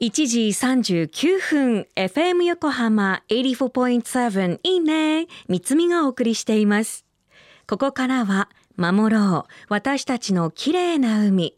1時39分 FM 横浜 84.7 いいね三つみがお送りしています。ここからは守ろう私たちのきれいな海。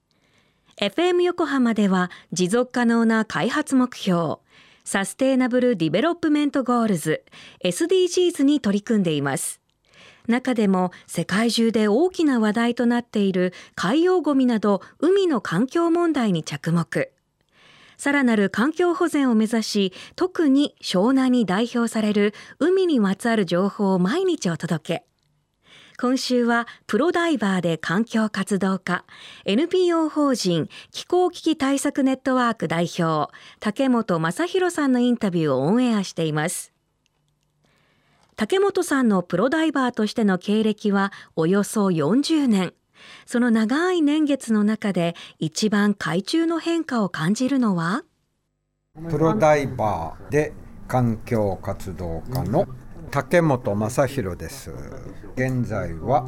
FM 横浜では持続可能な開発目標サステイナブルディベロップメントゴールズ SDGs に取り組んでいます。中でも世界中で大きな話題となっている海洋ゴミなど海の環境問題に着目。さらなる環境保全を目指し、特に湘南に代表される海にまつわる情報を毎日お届け。今週はプロダイバーで環境活動家 NPO 法人気候危機対策ネットワーク代表竹本正弘さんのインタビューをオンエアしています。竹本さんのプロダイバーとしての経歴はおよそ40年。その長い年月の中で一番海中の変化を感じるのは、 プロダイバーで環境活動家の竹本正弘です。現在は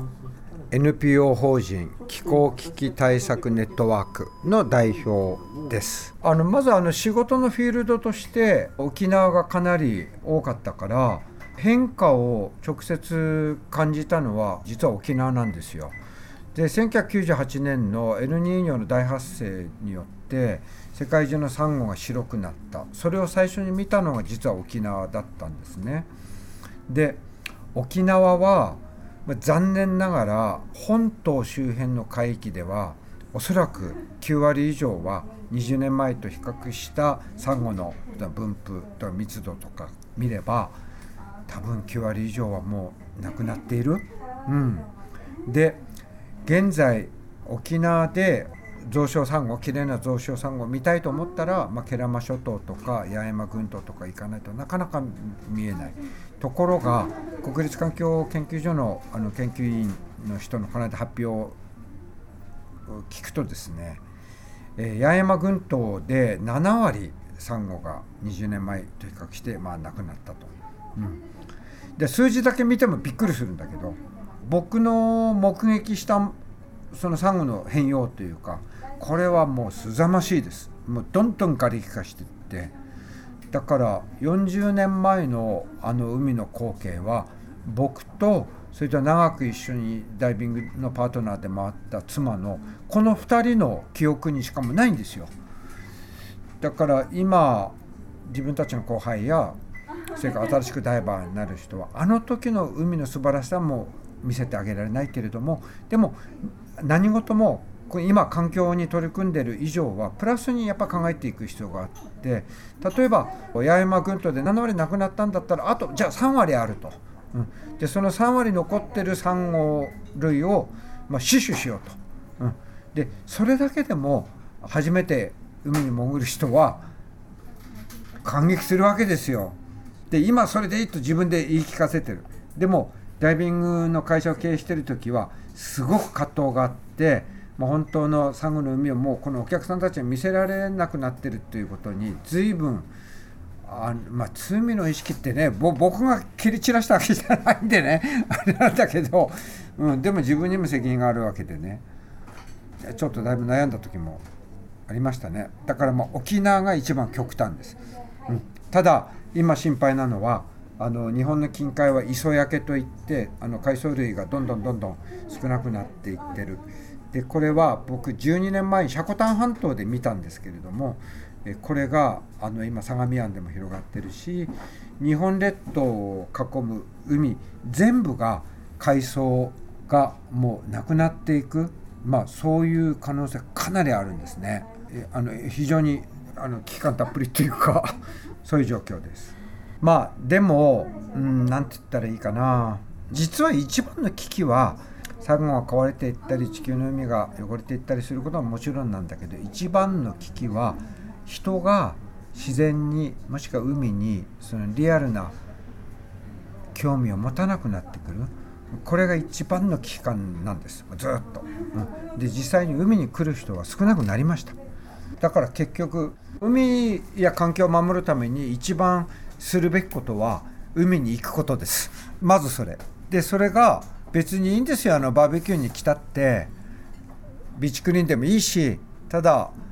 NPO 法人気候危機対策ネットワークの代表です。まず仕事のフィールドとして沖縄がかなり多かったから変化を直接感じたのは実は沖縄なんですよ。で1998年のエルニーニョの大発生によって世界中のサンゴが白くなった。それを最初に見たのが実は沖縄だったんですね。で沖縄は残念ながら本島周辺の海域ではおそらく9割以上は20年前と比較したサンゴの分布と密度とか見れば多分9割以上はもうなくなっている。で現在沖縄で増床サンゴ、きれいな増床サンゴを見たいと思ったら、慶良間諸島とか八重山群島とか行かないとなかなか見えない。ところが国立環境研究所の、研究員の人のこの間発表を聞くとですね、八重山群島で7割サンゴが20年前と比較して、なくなったと。で数字だけ見てもびっくりするんだけど、僕の目撃したそのサンゴの変容というか、これはもうすざましいです。もうどんどん瓦礫化していって、だから40年前の海の光景は僕とそれと長く一緒にダイビングのパートナーで回った妻のこの2人の記憶にしかもないんですよ。だから今自分たちの後輩やそれから新しくダイバーになる人はあの時の海の素晴らしさも見せてあげられないけれども、でも何事も今環境に取り組んでいる以上はプラスにやっぱ考えていく必要があって、例えば八重山群島で7割なくなったんだったらあとじゃあ3割あると、でその3割残ってるサンゴ類を死守しようと、でそれだけでも初めて海に潜る人は感激するわけですよ。で今それでいいと自分で言い聞かせてる。でもダイビングの会社を経営している時はすごく葛藤があって、本当のサンゴの海をもうこのお客さんたちに見せられなくなっているということに随分罪の意識ってね、僕が切り散らしたわけじゃないんでねあれなんだけど、でも自分にも責任があるわけでね、ちょっとだいぶ悩んだ時もありましたね。だから沖縄が一番極端です。ただ今心配なのは日本の近海は磯焼けといって海藻類がどんどん少なくなっていってる。でこれは僕12年前に積丹半島で見たんですけれども、これが今相模湾でも広がってるし、日本列島を囲む海全部が海藻がもうなくなっていく、そういう可能性かなりあるんですね。非常に危機感たっぷりというかそういう状況です。でもなんて言ったらいいかな、実は一番の危機はサンゴが壊れていったり地球の海が汚れていったりすることはもちろんなんだけど、一番の危機は人が自然にもしくは海にそのリアルな興味を持たなくなってくる。これが一番の危機感なんです、ずっと。で実際に海に来る人は少なくなりました。だから結局海や環境を守るために一番するべきことは海に行くことです。まずそれで、それが別にいいんですよ。バーベキューに来たってビーチクリーンでもいいし、ただ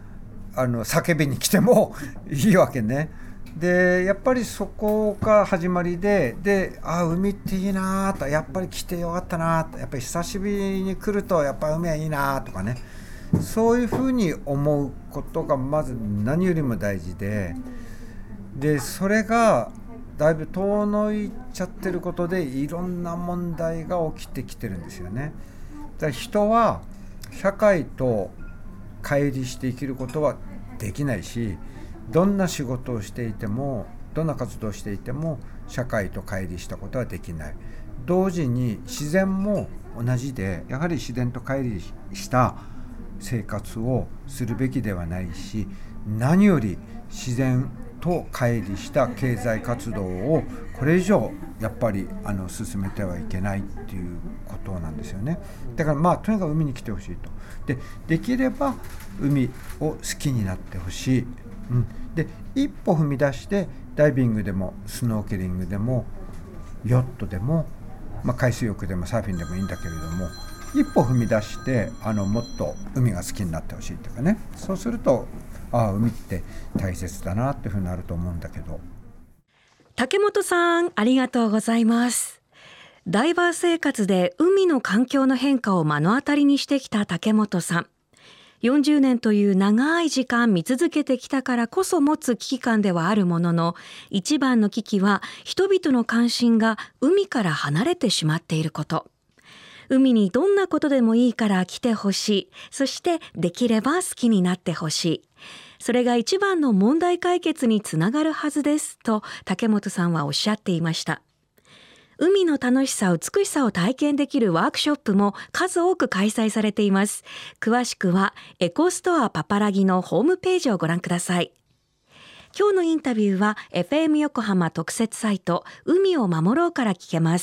叫びに来てもいいわけね。でやっぱりそこが始まりで海っていいなと、やっぱり来てよかったなと、やっぱり久しぶりに来るとやっぱ海はいいなとかね、そういうふうに思うことがまず何よりも大事で、それがだいぶ遠のいちゃってることでいろんな問題が起きてきてるんですよね。だから人は社会と乖離して生きることはできないし、どんな仕事をしていてもどんな活動をしていても社会と乖離したことはできない。同時に自然も同じで、やはり自然と乖離した生活をするべきではないし、何より自然と乖離した経済活動をこれ以上やっぱり進めてはいけないっていうことなんですよね。だからとにかく海に来てほしいと。できれば海を好きになってほしい。で一歩踏み出してダイビングでもスノーケリングでもヨットでも、海水浴でもサーフィンでもいいんだけれども、一歩踏み出してもっと海が好きになってほしいというかね。そうすると海って大切だなっていうふうになると思うんだけど。 竹本さん、ありがとうございます。ダイバー生活で海の環境の変化を目の当たりにしてきた竹本さん。40年という長い時間見続けてきたからこそ持つ危機感ではあるものの、一番の危機は人々の関心が海から離れてしまっていること。海にどんなことでもいいから来てほしい。そしてできれば好きになってほしい。それが一番の問題解決につながるはずですと竹本さんはおっしゃっていました。海の楽しさ、美しさを体験できるワークショップも数多く開催されています。詳しくはエコストアパパラギのホームページをご覧ください。今日のインタビューは FM 横浜特設サイト海を守ろうから聞けます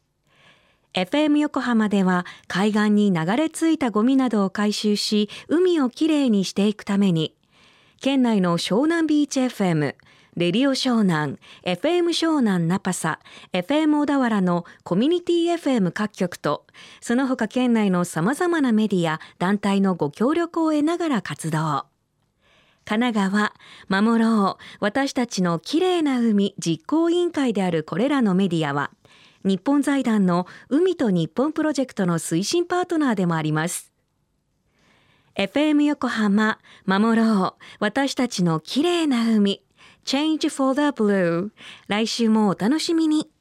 。FM 横浜では海岸に流れ着いたゴミなどを回収し、海をきれいにしていくために、県内の湘南ビーチ FM、レディオ湘南、FM 湘南ナパサ、FM 小田原のコミュニティ FM 各局と、その他県内の様々なメディア、団体のご協力を得ながら活動。神奈川、守ろう、私たちのきれいな海実行委員会であるこれらのメディアは、日本財団の海と日本プロジェクトの推進パートナーでもあります。FM 横浜、守ろう、私たちのきれいな海、Change for the Blue。来週もお楽しみに。